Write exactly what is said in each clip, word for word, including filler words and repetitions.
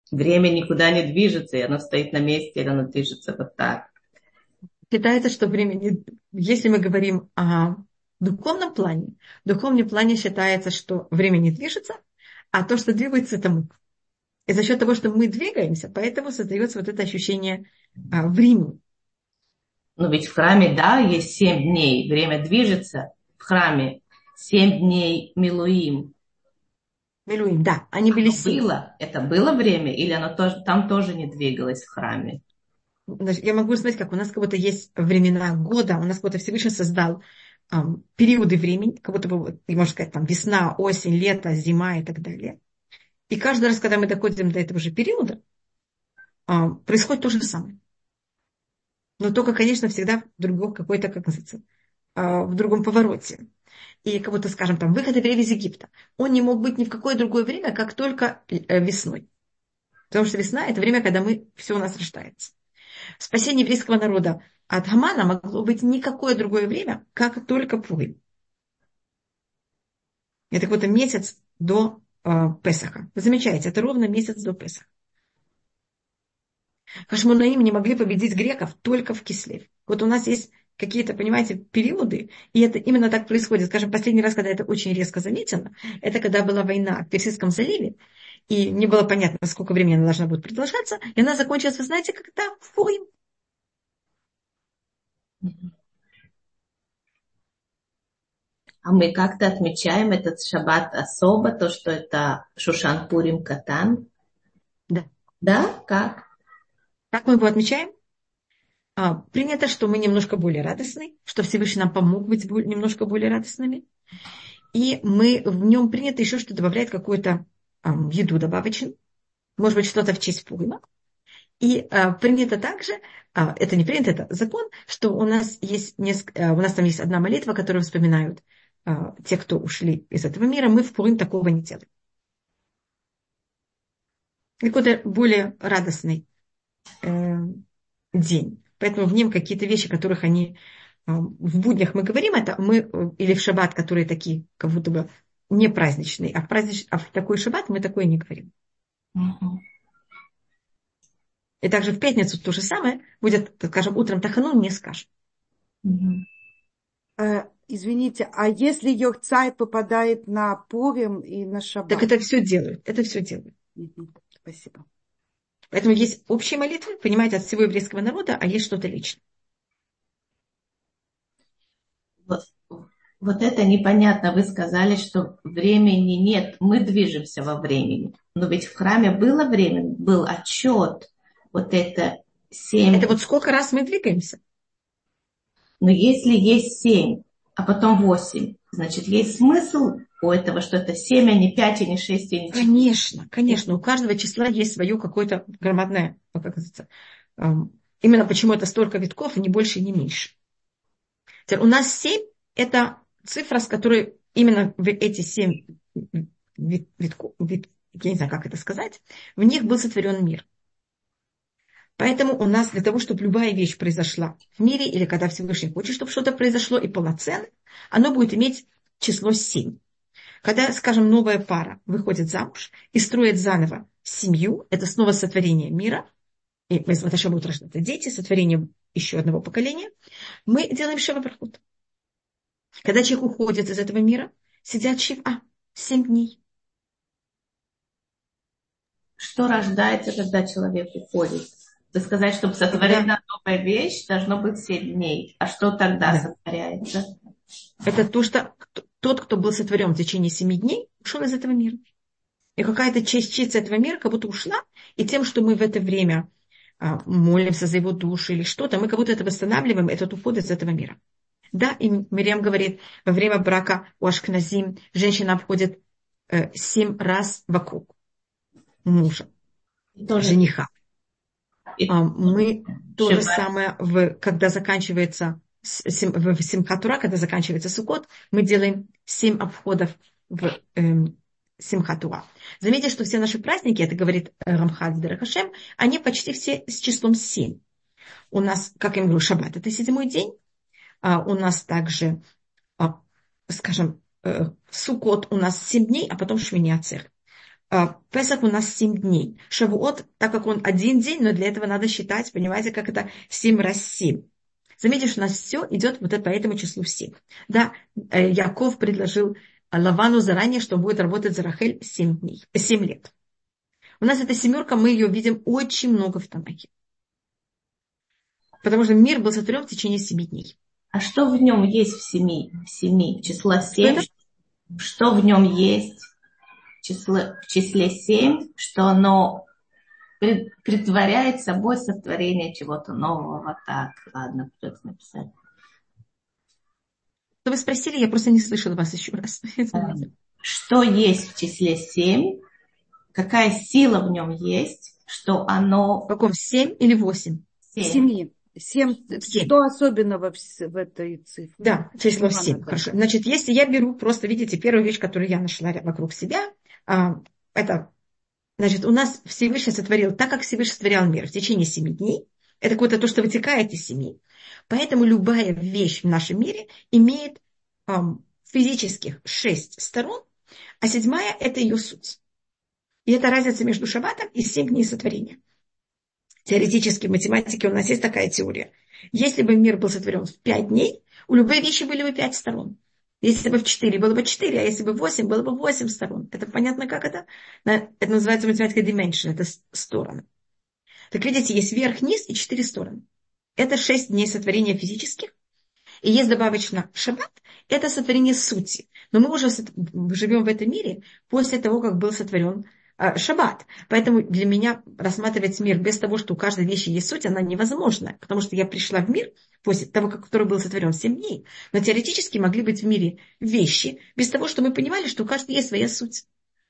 Время никуда не движется, и оно стоит на месте, или оно движется вот так. Считается, что время, не- если мы говорим о духовном плане, в духовном плане считается, что время не движется, а то, что двигается, это мы. И за счет того, что мы двигаемся, поэтому создается вот это ощущение а, времени. Но ведь в храме, да, есть семь дней, время движется в храме. Семь дней Милуим. Милуим, да, они были Оно семь. было, это было время, или оно тоже, там тоже не двигалось в храме? Значит, я могу сказать, как у нас как будто есть времена года, у нас как будто Всевышний создал ам, периоды времени, как будто бы, вот, можно сказать, там весна, осень, лето, зима и так далее. И каждый раз, когда мы доходим до этого же периода, ам, происходит то же самое. Но только, конечно, всегда в другом какой-то, как называется, а, в другом повороте. И как будто, скажем, там, выход евреев из Египта. Он не мог быть ни в какое другое время, как только э, весной. Потому что весна – это время, когда мы, все у нас рождается. Спасение еврейского народа от Хамана могло быть никакое другое время, как только Пурим. Это какой-то месяц до э, Песаха. Вы замечаете, это ровно месяц до Песаха. Хашмонаим не могли победить греков только в Кислев. Вот у нас есть какие-то, понимаете, периоды, и это именно так происходит. Скажем, последний раз, когда это очень резко заметено, это когда была война в Персидском заливе, и не было понятно, сколько времени она должна будет продолжаться, и она закончилась, вы знаете, когда в Пурим. А мы как-то отмечаем этот шаббат особо, то, что это Шушан Пурим Катан. Да. Да? Как? Как мы его отмечаем? А, принято, что мы немножко более радостны, что Всевышний нам помог быть немножко более радостными. И мы в нем принято еще, что добавляет какую-то а, еду добавочную, может быть, что-то в честь Пурима. И а, принято также, а, это не принято, это закон, что у нас есть несколько, а, у нас там есть одна молитва, которую вспоминают а, те, кто ушли из этого мира. Мы в Пурим такого не делаем. Какой-то более радостный э, день. Поэтому в нем какие-то вещи, которых они э, в буднях мы говорим это, мы, э, или в шаббат, которые такие, как будто бы не праздничные, а в, празднич, а в такой шаббат мы такое не говорим. Мгм. И также в пятницу то же самое будет, скажем, утром таханун не скажем. Мгм. Э, извините, а если Йорцайт попадает на Пурим и на Так Шаббат? это все делают, это все делают. Мгм. Спасибо. Поэтому есть общие молитвы, понимаете, от всего еврейского народа, а есть что-то личное. Вот, вот это непонятно. Вы сказали, что времени нет, мы движемся во времени. Но ведь в храме было время, был отчет. Вот это Это семь. вот сколько раз мы двигаемся. Но если есть семь, а потом восемь, значит, есть смысл у этого, что это семь, а не пять, а не шесть, а не четыре. Конечно, конечно, у каждого числа есть свое какое-то громадное, как говорится, эм, именно почему это столько витков, и не больше, и не меньше. Теперь у нас семь – это цифра, с которой именно в эти семь вит, витков, вит, я не знаю, как это сказать, в них был сотворен мир. Поэтому у нас для того, чтобы любая вещь произошла в мире, или когда Всевышний хочет, чтобы что-то произошло и полноценно, оно будет иметь число семь. Когда, скажем, новая пара выходит замуж и строит заново семью, это снова сотворение мира, и это еще будут рождаться дети, сотворение еще одного поколения, мы делаем шева-проход. Когда человек уходит из этого мира, сидят шива, семь дней. Что рождается, когда человек уходит? Вы сказать, чтобы Когда, сотворена новая вещь, должно быть семь дней. А что тогда да, сотворяется? это то, что тот, кто был сотворен в течение семи дней, ушел из этого мира. И какая-то часть, часть этого мира как будто ушла, и тем, что мы в это время а, молимся за его душу или что-то, мы как будто это восстанавливаем, этот уход из этого мира. Да, и Мирьям говорит, во время брака у Ашкназим женщина обходит э, семь раз вокруг мужа, И тоже, жениха. и А, мы то же Шиват. самое, в, когда заканчивается сим, в Симхат Тора, когда заканчивается Суккот, мы делаем семь обходов в эм, Симхат Тора. Заметьте, что все наши праздники, это говорит Рамхаль Дерехашем, они почти все с числом семь. У нас, как я говорю, Шаббат – это седьмой день. А у нас также, а, скажем, э, Суккот у нас семь дней, а потом Шмини Ацер. Песах у нас семь дней. Шавуот, так как он один день, но для этого надо считать, понимаете, как это семь раз семь. Заметьте, что у нас все идет вот по этому числу семь. Да, Яков предложил Лавану заранее, что он будет работать за Рахель семь дней, семь лет. У нас эта семерка, мы ее видим очень много в Танахе. Потому что мир был сотворен в течение семи дней. А что в нем есть в семи? В семи? Число семь? Что в нем есть в числе, в числе семь, что оно притворяет собой сотворение чего-то нового? Так, ладно, придется написать. Что вы спросили, я просто не слышала вас еще раз. Что есть в числе семь? Какая сила в нем есть, что оно... В каком? семь или восемь? семь. Семь. Что особенного в, в этой цифре? Да, число семь. Хорошо. Значит, если я беру, просто видите, первую вещь, которую я нашла вокруг себя, это, значит, у нас Всевышний сотворил, так как Всевышний сотворял мир в течение семи дней, это какое-то то, что вытекает из семи. Поэтому любая вещь в нашем мире имеет эм, физических шесть сторон, а седьмая – это ее суть. И это разница между шаббатом и семь дней сотворения. Теоретически в математике у нас есть такая теория. Если бы мир был сотворен в пять дней, у любой вещи были бы пять сторон. Если бы в четыре, было бы четыре, а если бы в восемь, было бы восемь сторон. Это понятно, как это? Это называется математика dimension, это стороны. Так видите, есть верх, низ и четыре стороны. Это шесть дней сотворения физических. И есть добавочно шаббат, это сотворение сути. Но мы уже живем в этом мире после того, как был сотворен шаббат. Поэтому для меня рассматривать мир без того, что у каждой вещи есть суть, она невозможна. Потому что я пришла в мир после того, как который был сотворен семь дней. Но теоретически могли быть в мире вещи без того, что мы понимали, что у каждой есть своя суть.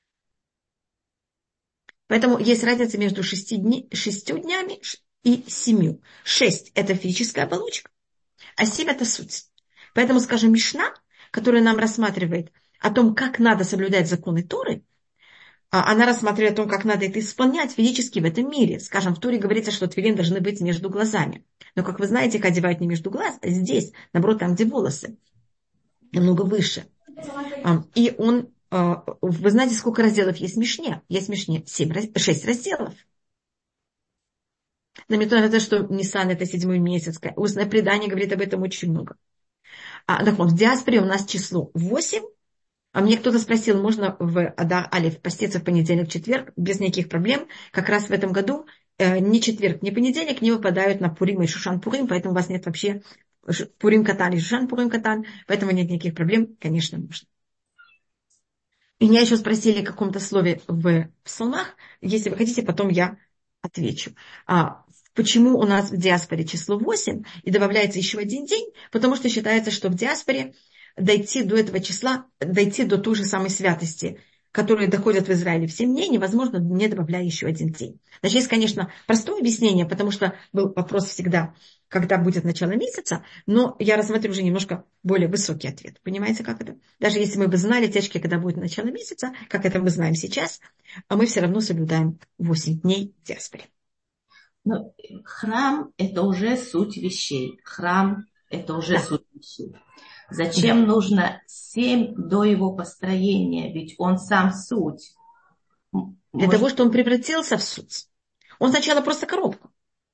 Поэтому есть разница между шести дни, шестью днями и семью. Шесть – это физическая оболочка, а семь – это суть. Поэтому, скажем, Мишна, которая нам рассматривает о том, как надо соблюдать законы Торы, она рассматривает о том, как надо это исполнять физически в этом мире. Скажем, в Торе говорится, что тфилин должны быть между глазами. Но, как вы знаете, их одевают не между глаз, а здесь, наоборот, там, где волосы, намного выше. И он, вы знаете, сколько разделов есть в Мишне? Есть в Мишне семь, шесть разделов. Намекаю на то, что Нисан – это седьмой месяц. Устное предание говорит об этом очень много. А, так вот, в диаспоре у нас число восемь. А мне кто-то спросил, можно в Адар Алеф поститься в понедельник, четверг, без никаких проблем. Как раз в этом году э, ни четверг, ни понедельник не выпадают на Пурим и Шушан Пурим, поэтому у вас нет вообще Пурим Катан и Шушан Пурим Катан, поэтому нет никаких проблем, конечно, можно. Меня еще спросили о каком-то слове в псалмах. Если вы хотите, потом я отвечу. А, почему у нас в диаспоре число восемь и добавляется еще один день? Потому что считается, что в диаспоре дойти до этого числа, дойти до той же самой святости, которые доходят в Израиле в семь дней, невозможно, не добавляя еще один день. Значит, есть, конечно, простое объяснение, потому что был вопрос всегда, когда будет начало месяца, но я рассмотрю уже немножко более высокий ответ. Понимаете, как это? Даже если мы бы знали, течки, когда будет начало месяца, как это мы знаем сейчас, а мы все равно соблюдаем восемь дней в диаспоре. Но храм – это уже суть вещей. Храм – это уже да. суть вещей. Зачем нужно семь до его построения? Ведь он сам суть. Для Может... того, чтобы он превратился в суть. Он сначала просто коробка.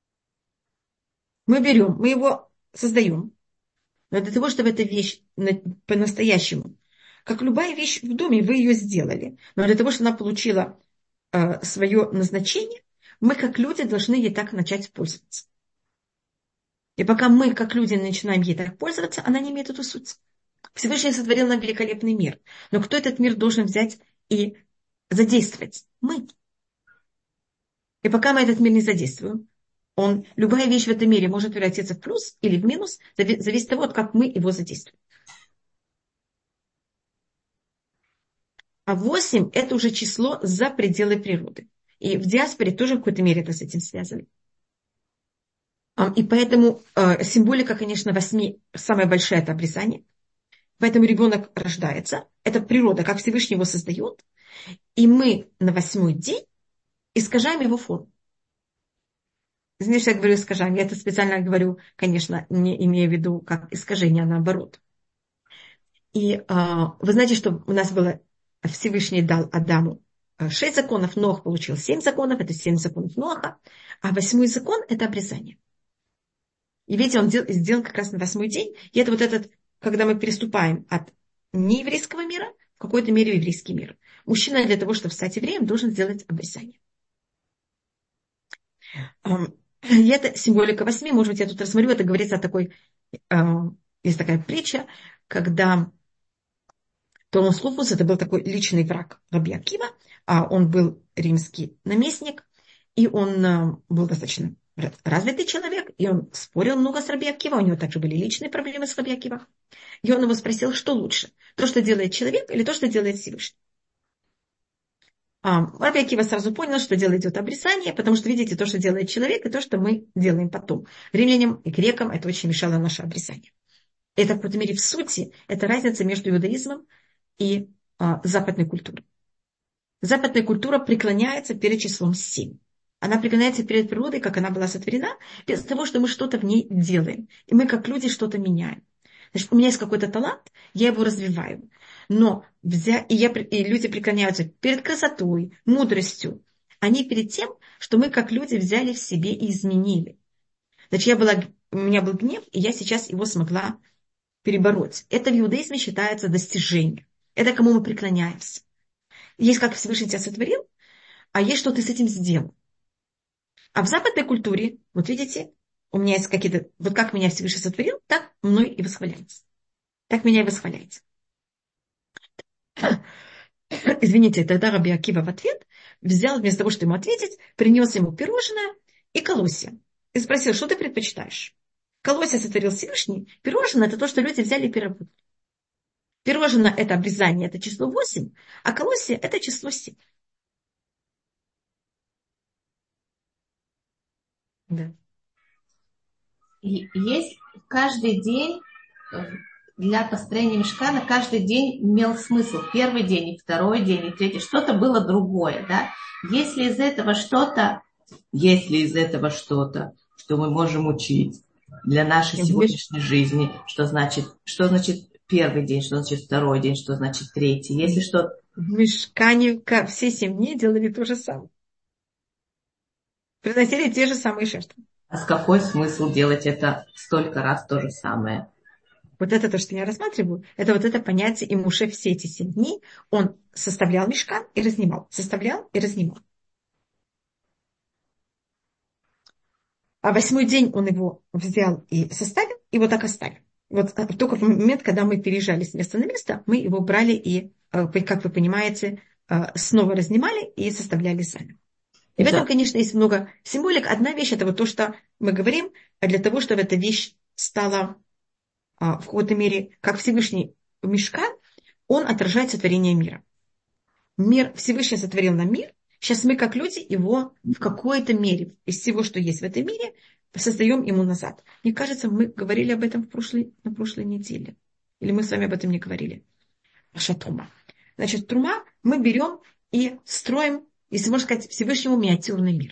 Мы берем, мы его создаем. Но для того, чтобы эта вещь по-настоящему, как любая вещь в доме, вы ее сделали. Но для того, чтобы она получила э, свое назначение, мы, как люди, должны ей так начать пользоваться. И пока мы, как люди, начинаем ей так пользоваться, она не имеет эту суть. Всевышний сотворил нам великолепный мир. Но кто этот мир должен взять и задействовать? Мы. И пока мы этот мир не задействуем, он, любая вещь в этом мире может превратиться в плюс или в минус, зависит от того, как мы его задействуем. А восемь – это уже число за пределы природы. И в диаспоре тоже в какой-то мере это с этим связано. И поэтому э, символика, конечно, восьми самая большая – это обрезание. Поэтому ребенок рождается. Это природа, как Всевышний его создает. И мы на восьмой день искажаем его форму. Знаешь, я говорю искажаем. Я это специально говорю, конечно, не имея в виду как искажение, а наоборот. И э, вы знаете, что у нас было Всевышний дал Адаму шесть законов, Нох получил семь законов, это семь законов Ноха, а восьмой закон – это обрезание. И видите, он сделан как раз на восьмой день, и это вот этот, когда мы переступаем от нееврейского мира в какой-то мере в еврейский мир. Мужчина для того, чтобы стать евреем, должен сделать обрезание. И это символика восьми, может быть, я тут рассмотрю, это говорится о такой, есть такая притча, когда Томас Луфус, это был такой личный враг Раби Акива, а он был римский наместник, и он был достаточно развитый человек, и он спорил много с Раби Акива, у него также были личные проблемы с Раби Акива. И он его спросил, что лучше, то, что делает человек, или то, что делает Всевышний. А Раби Акива сразу понял, что дело идет обрезание, потому что, видите, то, что делает человек, и то, что мы делаем потом. Римлянам и грекам это очень мешало наше обрезание. Это, в какой-то мере, в сути, это разница между иудаизмом и а, западной культурой. Западная культура преклоняется перед числом семь. Она преклоняется перед природой, как она была сотворена, без того, что мы что-то в ней делаем. И мы, как люди, что-то меняем. Значит, у меня есть какой-то талант, я его развиваю. Но взя... и, я... и люди преклоняются перед красотой, мудростью. Они перед тем, что мы, как люди, взяли в себе и изменили. Значит, я была... у меня был гнев, и я сейчас его смогла перебороть. Это в иудаизме считается достижением. Это кому мы преклоняемся. Есть как Всевышний тебя сотворил, а есть что ты с этим сделал. А в западной культуре, вот видите, у меня есть какие-то... Вот как меня Всевышний сотворил, так мной и восхваляется. Так меня и восхваляется. Извините, тогда Раби Акива в ответ взял, вместо того, чтобы ему ответить, принес ему пирожное и колосья. И спросил, что ты предпочитаешь? Колосья сотворил Всевышний. Пирожное – это то, что люди взяли и переработали. Пирожное – это обрезание, это число восемь, а колосья – это число семь. Да. И есть каждый день для построения мишкана, каждый день имел смысл. Первый день, и второй день, и третий. Что-то было другое, да? Если из этого что-то, если из этого что-то, что мы можем учить для нашей сегодняшней жизни, что значит, что значит первый день, что значит второй день, что значит третий. Если что... В мишкане все семь дней делали то же самое. Приносили те же самые жертвы. А с какой смысл делать это столько раз то же самое? Вот это то, что я рассматриваю, это вот это понятие, и Муше все эти семь дней, он составлял мишкан и разнимал, составлял и разнимал. А восьмой день он его взял и составил, и вот так оставил. Вот только в момент, когда мы переезжали с места на место, мы его брали и, как вы понимаете, снова разнимали и составляли сами. И в этом, конечно, есть много символик. Одна вещь – это вот то, что мы говорим, а для того, чтобы эта вещь стала в какой-то мере, как Всевышний мишкан, он отражает сотворение мира. Мир, Всевышний сотворил нам мир, сейчас мы, как люди, его в какой-то мере, из всего, что есть в этом мире, создаем ему назад. Мне кажется, мы говорили об этом в прошлой, на прошлой неделе. Или мы с вами об этом не говорили. Наша трума. Значит, трума мы берем и строим, если можно сказать, Всевышнему миниатюрный мир.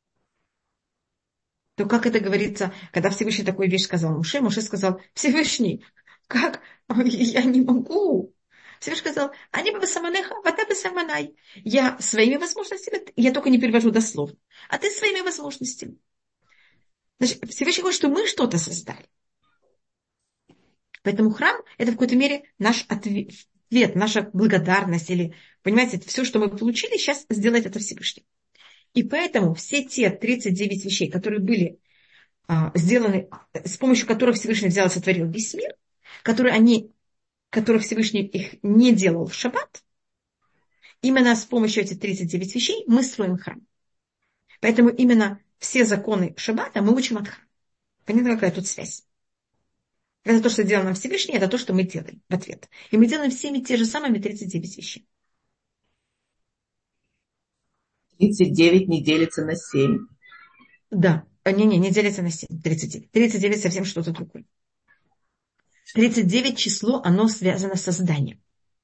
То как это говорится, когда Всевышний такую вещь сказал Муше, Муше сказал, Всевышний, как? Я не могу. Всевышний сказал, они бы саманеха, вода бы саманай. Я своими возможностями, я только не перевожу дословно, а ты своими возможностями. Значит, Всевышний говорит, что мы что-то создали. Поэтому храм – это в какой-то мере наш ответ, наша благодарность. Или, понимаете, все, что мы получили, сейчас сделать это Всевышний. И поэтому все те тридцать девять вещей, которые были а, сделаны, с помощью которых Всевышний взял и сотворил весь мир, которые они, которых Всевышний их не делал в шаббат, именно с помощью этих тридцати девяти вещей мы строим храм. Поэтому именно все законы шаббата мы учим от храма. Понятно, какая тут связь? Это то, что делал нам Всевышний, это то, что мы делаем в ответ. И мы делаем всеми те же самыми тридцать девять вещей. тридцать девять не делится на семь. Да. Не-не, не делится на семь. тридцать девять. тридцать девять совсем что-то другое. тридцать девять число, оно связано с созданием.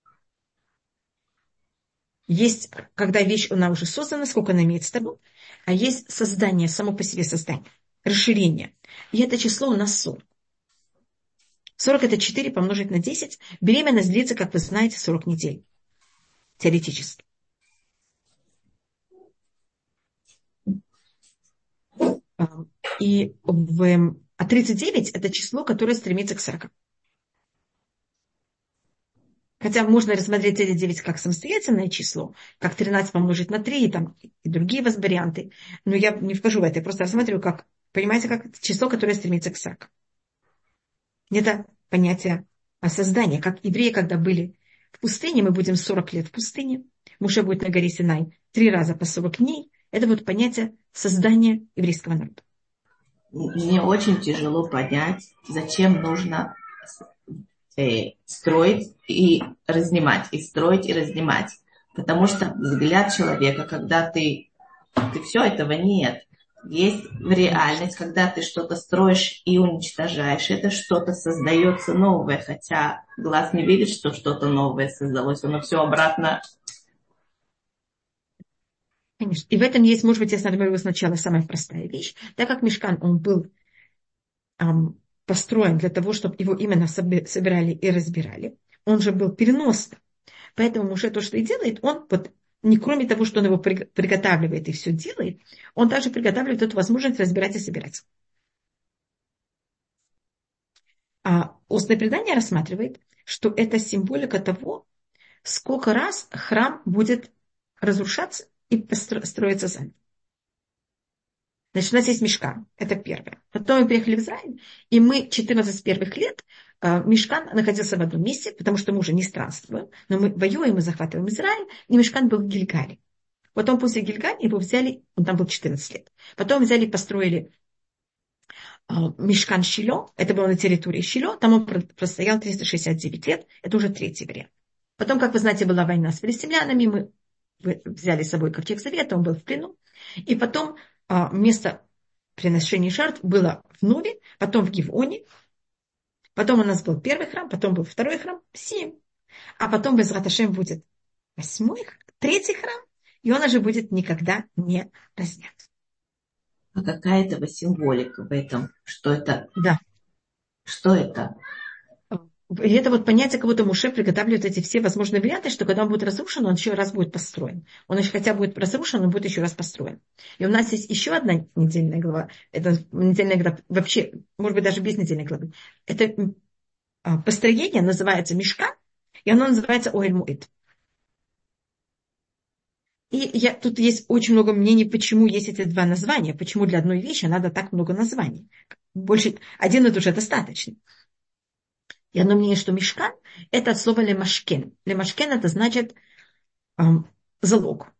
Есть, когда вещь, она уже создана, сколько она имеет с тобой, а есть создание, само по себе создание, расширение. И это число у нас сорок. сорок это четыре помножить на десять. Беременность длится, как вы знаете, сорок недель. Теоретически. И в, а тридцать девять это число, которое стремится к сорока. Хотя можно рассмотреть тридцать девять как самостоятельное число, как тринадцать помножить на три и, там, и другие варианты. Но я не вхожу в это, я просто рассматриваю, как, понимаете, как число, которое стремится к сорока. Это понятие создания. Как евреи, когда были в пустыне, мы будем сорок лет в пустыне, Моше будет на горе Синай три раза по сорок дней. Это вот понятие создания еврейского народа. Мне очень тяжело понять, зачем нужно э, строить и разнимать, и строить и разнимать. Потому что взгляд человека, когда ты, ты все этого нет, есть реальность, когда ты что-то строишь и уничтожаешь, это что-то создается новое, хотя глаз не видит, что что-то новое создалось, оно все обратно. Конечно. И в этом есть, может быть, я говорю сначала самая простая вещь. Так как Мишкан, он был эм, построен для того, чтобы его именно собирали и разбирали, он же был переносным. Поэтому Моше то, что и делает, он вот, не кроме того, что он его приготавливает и все делает, он также приготавливает эту возможность разбирать и собирать. А устное предание рассматривает, что это символика того, сколько раз храм будет разрушаться и строиться заново. Значит, у нас есть Мишкан, это первое. Потом мы приехали в Израиль, и мы четырнадцать первых лет, э, Мишкан находился в одном месте, потому что мы уже не странствуем, но мы воюем, мы захватываем Израиль, и Мишкан был в Гильгале. Потом после Гильгаля его взяли, он там был четырнадцать лет. Потом взяли, построили э, Мишкан Шило, это было на территории Шило, там он простоял триста шестьдесят девять лет, это уже третий вариант. Потом, как вы знаете, была война с филистимлянами, мы взяли с собой ковчег Завета, он был в плену. И потом а, место приношения жертв было в Нове, потом в Гивоне. Потом у нас был первый храм, потом был второй храм, семь. А потом без Раташем будет восьмой, третий храм, и он уже будет никогда не разнят. А какая это символика в этом? Что это? Да. Что это? И это вот понятие, как будто Моше приготавливает эти все возможные варианты, что когда он будет разрушен, он еще раз будет построен. Он еще хотя будет разрушен, он будет еще раз построен. И у нас есть еще одна недельная глава. Это недельная глава, вообще, может быть, даже без недельной главы. Это построение называется Мишкан, и оно называется Оэль Моэд. И я, тут есть очень много мнений, почему есть эти два названия, почему для одной вещи надо так много названий. Больше, один это уже достаточно. И одно мнение, что Мишкан – это от слова лемашкен. Лемашкен – это значит эм, залог.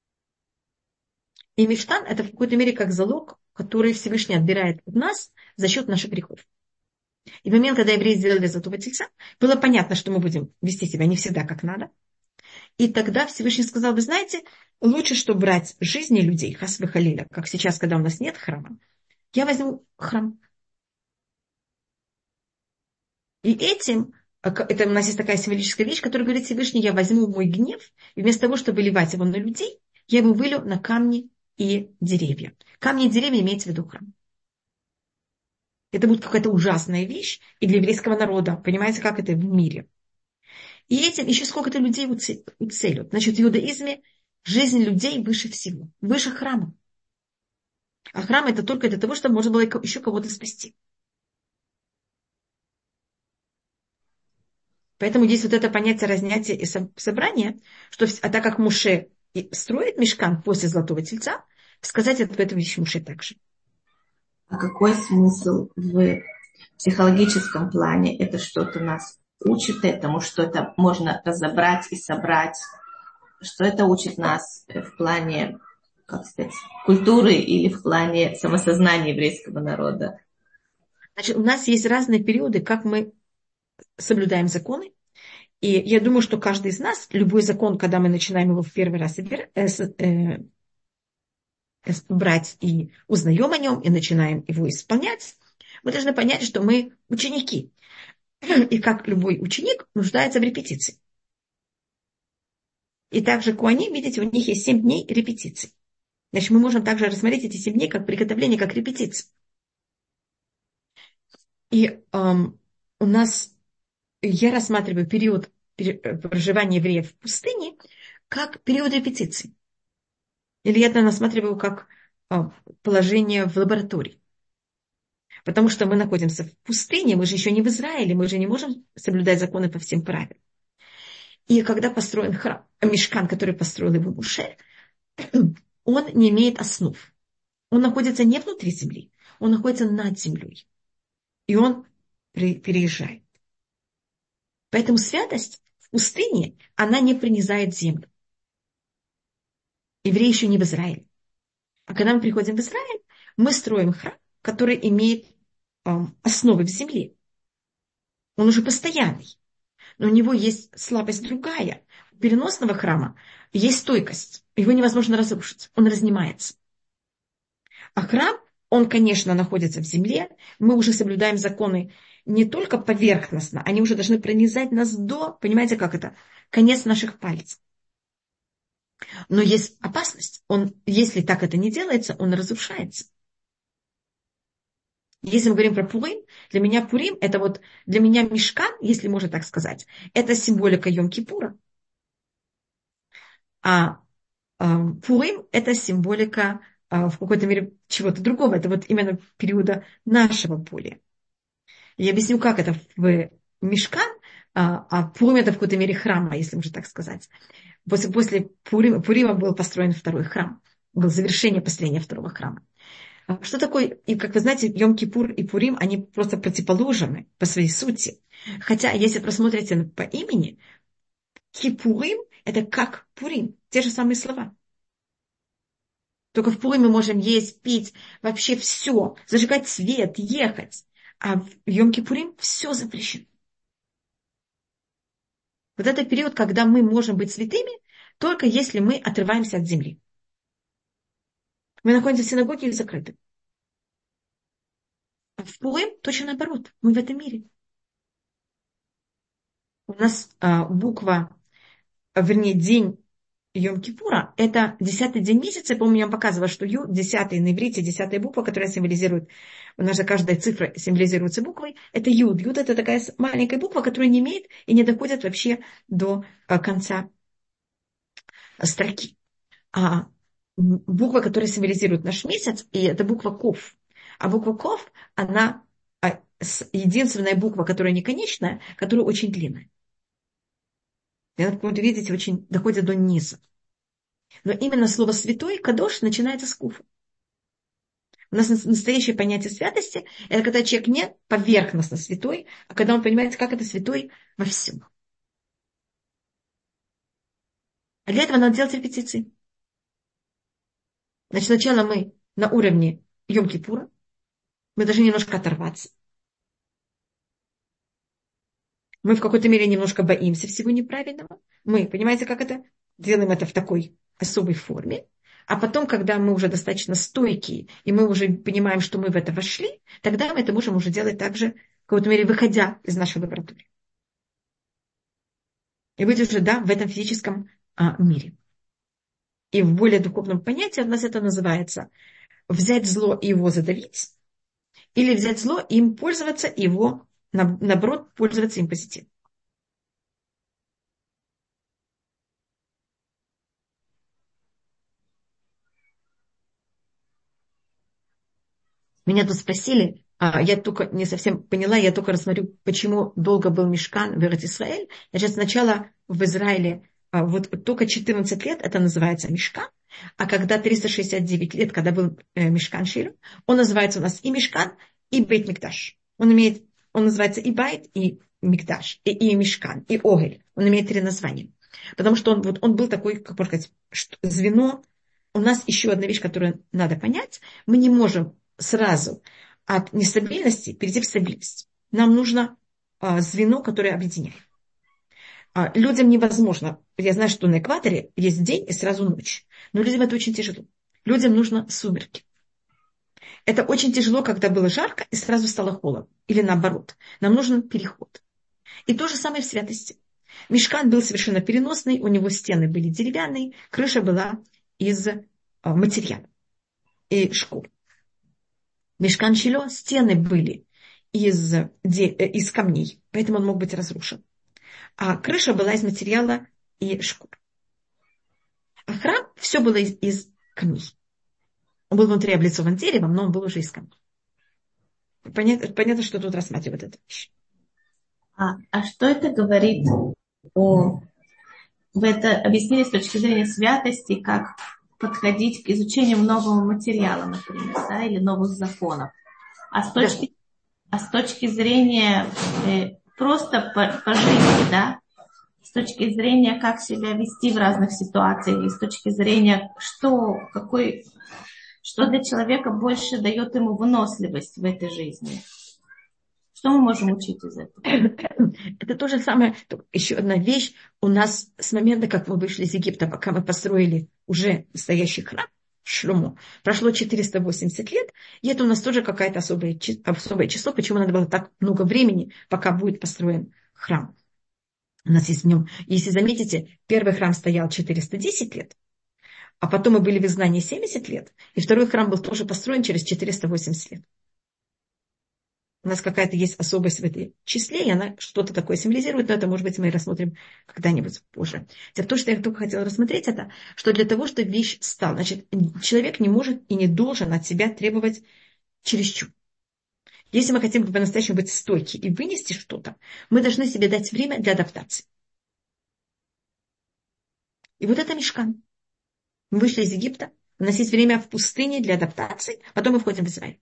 И Мишкан – это в какой-то мере как залог, который Всевышний отбирает от нас за счет наших грехов. И в момент, когда евреи сделали золотого тельца, было понятно, что мы будем вести себя не всегда как надо. И тогда Всевышний сказал, вы знаете, лучше, чтобы брать жизни людей, хас ве-халиля, как сейчас, когда у нас нет храма, я возьму храм. И этим, это у нас есть такая символическая вещь, которая говорит Всевышний, я возьму мой гнев, и вместо того, чтобы выливать его на людей, я его вылью на камни и деревья. Камни и деревья имеется в виду храм. Это будет какая-то ужасная вещь и для еврейского народа. Понимаете, как это в мире. И этим еще сколько-то людей уцелят. Значит, в иудаизме жизнь людей выше всего, выше храма. А храм это только для того, чтобы можно было еще кого-то спасти. Поэтому есть вот это понятие разнятия и собрания, что, а так как Моше строит Мишкан после Золотого Тельца, сказать это в этом вещи Моше также. А какой смысл в психологическом плане? Это что-то нас учит этому, что это можно разобрать и собрать? Что это учит нас в плане, как сказать, культуры или в плане самосознания еврейского народа? Значит, у нас есть разные периоды, как мы соблюдаем законы. И я думаю, что каждый из нас, любой закон, когда мы начинаем его в первый раз э, э, брать и узнаем о нем, и начинаем его исполнять, мы должны понять, что мы ученики. И как любой ученик нуждается в репетиции. И также коани, видите, у них есть семь дней репетиции. Значит, мы можем также рассмотреть эти семь дней как приготовление, как репетиция. И эм, у нас, я рассматриваю период проживания евреев в пустыне как период репетиции. Или я это рассматриваю как положение в лаборатории. Потому что мы находимся в пустыне, мы же еще не в Израиле, мы же не можем соблюдать законы по всем правилам. И когда построен храм, мишкан, который построил его Моше, он не имеет основ. Он находится не внутри земли, он находится над землей. И он переезжает. Поэтому святость в пустыне, она не пронизает землю. Евреи еще не в Израиле. А когда мы приходим в Израиль, мы строим храм, который имеет э, основы в земле. Он уже постоянный. Но у него есть слабость другая. У переносного храма есть стойкость. Его невозможно разрушить. Он разнимается. А храм, он, конечно, находится в земле. Мы уже соблюдаем законы не только поверхностно. Они уже должны пронизать нас до, понимаете, как это? Конец наших пальцев. Но есть опасность. Он, если так это не делается, он разрушается. Если мы говорим про Пурим, для меня Пурим, это вот, для меня мишкан, если можно так сказать, это символика Йом-Кипура. А э, Пурим это символика э, в какой-то мере чего-то другого. Это вот именно периода нашего поля. Я объясню, как это в мишкан, а, а Пурим это в какой-то мере храма, если можно так сказать. После, после Пурима, Пурима был построен второй храм. Было завершение построения второго храма. Что такое, и как вы знаете, Йом-Кипур и Пурим, они просто противоположны по своей сути. Хотя, если просмотрите по имени, Кипурим – это как Пурим, те же самые слова. Только в Пурим мы можем есть, пить, вообще все, зажигать свет, ехать. А в Йом-Кипурим все запрещено. Вот это период, когда мы можем быть святыми, только если мы отрываемся от земли. Мы находимся в синагоге или закрыты. А в Пурим точно наоборот. Мы в этом мире. У нас а, буква, вернее, день Йом-Кипура, это десятый день месяца. По-моему, я вам показывала, что Ю, десятый на иврите, десятая буква, которая символизирует, у нас же каждая цифра символизируется буквой, это Юд. Юд это такая маленькая буква, которая не имеет и не доходит вообще до а, конца строки. А буква, которая символизирует наш месяц, и это буква Ков. А буква Ков, она единственная буква, которая не конечная, которая очень длинная. И она, как вы видите, очень доходит до низа. Но именно слово «святой», «кадош» начинается с Куфа. У нас настоящее понятие святости – это когда человек не поверхностно святой, а когда он понимает, как это святой во всем. А для этого надо делать репетиции. Значит, сначала мы на уровне Йом-Кипура, мы должны немножко оторваться. Мы в какой-то мере немножко боимся всего неправильного. Мы, понимаете, как это? Делаем это в такой особой форме. А потом, когда мы уже достаточно стойкие, и мы уже понимаем, что мы в это вошли, тогда мы это можем уже делать также, в какой-то мере, выходя из нашей лаборатории. И быть уже, да, в этом физическом а, мире. И в более духовном понятии у нас это называется взять зло и его задавить, или взять зло и им пользоваться, и его, наоборот, пользоваться им позитивно. Меня тут спросили, я только не совсем поняла, я только рассмотрю, почему долго был мишкан в Эрец-Исраэль. Значит, сначала в Израиле вот только четырнадцать лет это называется мишкан, а когда триста шестьдесят девять лет, когда был мишкан Шило, он называется у нас и мишкан, и бейт микдаш. Он имеет, он называется и байт, и микдаш, и, и мишкан, и огель. Он имеет три названия. Потому что он, вот, он был такой, как можно сказать, звено. У нас еще одна вещь, которую надо понять. Мы не можем сразу от нестабильности перейти в стабильность. Нам нужно а, звено, которое объединяет. А, людям невозможно. Я знаю, что на экваторе есть день и сразу ночь. Но людям это очень тяжело. Людям нужно сумерки. Это очень тяжело, когда было жарко и сразу стало холодно. Или наоборот. Нам нужен переход. И то же самое в святости. Мишкан был совершенно переносный, у него стены были деревянные, крыша была из а, материала и шкур. Мишкан Шило, стены были из, из камней, поэтому он мог быть разрушен. А крыша была из материала и шкур. А храм, все было из, из камней. Он был внутри облицован деревом, но он был уже из камня. Понятно, понятно, что тут рассматривают эту вещь. А, а что это говорит о... Вы это объяснили с точки зрения святости, как подходить к изучению нового материала, например, да, или новых законов. А с точки, да. а с точки зрения э, просто по, по жизни, да, с точки зрения, как себя вести в разных ситуациях, или с точки зрения, что, какой, что для человека больше дает ему выносливость в этой жизни. Что мы можем учить из этого? Это то же самое, еще одна вещь. У нас с момента, как мы вышли из Египта, пока мы построили уже настоящий храм, Шлому, прошло четыреста восемьдесят лет, и это у нас тоже какое-то особое, особое число, почему надо было так много времени, пока будет построен храм. У нас есть в нем, если заметите, первый храм стоял четыреста десять лет, а потом мы были в изгнании семьдесят лет, и второй храм был тоже построен через четыреста восемьдесят лет. У нас какая-то есть особость в этой числе, и она что-то такое символизирует, но это, может быть, мы и рассмотрим когда-нибудь позже. Теперь то, что я только хотела рассмотреть, это, что для того, чтобы вещь стала, значит, человек не может и не должен от себя требовать чересчур. Если мы хотим по-настоящему быть стойки и вынести что-то, мы должны себе дать время для адаптации. И вот это мишкан. Мы вышли из Египта, у нас есть время в пустыне для адаптации, потом мы входим в Израиль.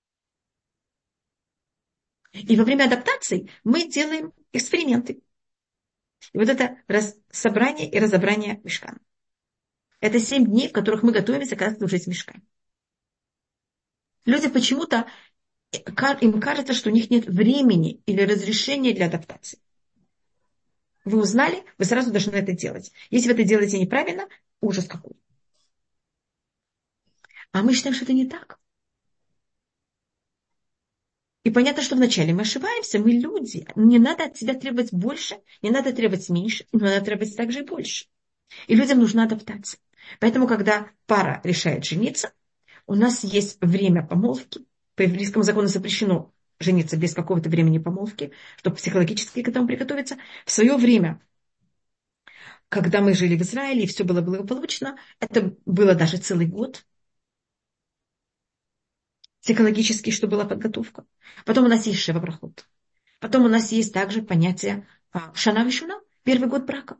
И во время адаптации мы делаем эксперименты. И вот это собрание и разобрание мишкана. Это семь дней, в которых мы готовимся как служить в мишкане. Люди почему-то, им кажется, что у них нет времени или разрешения для адаптации. Вы узнали, вы сразу должны это делать. Если вы это делаете неправильно, ужас какой. А мы считаем, что это не так. И понятно, что вначале мы ошибаемся, мы люди. Не надо от себя требовать больше, не надо требовать меньше, но надо требовать также и больше. И людям нужна адаптация. Поэтому, когда пара решает жениться, у нас есть время помолвки. По еврейскому закону запрещено жениться без какого-то времени помолвки, чтобы психологически к этому приготовиться. В свое время, когда мы жили в Израиле, и все было благополучно, это было даже целый год. Психологически, что была подготовка. Потом у нас есть шева брахот. Потом у нас есть также понятие а, шана вишуна, первый год брака.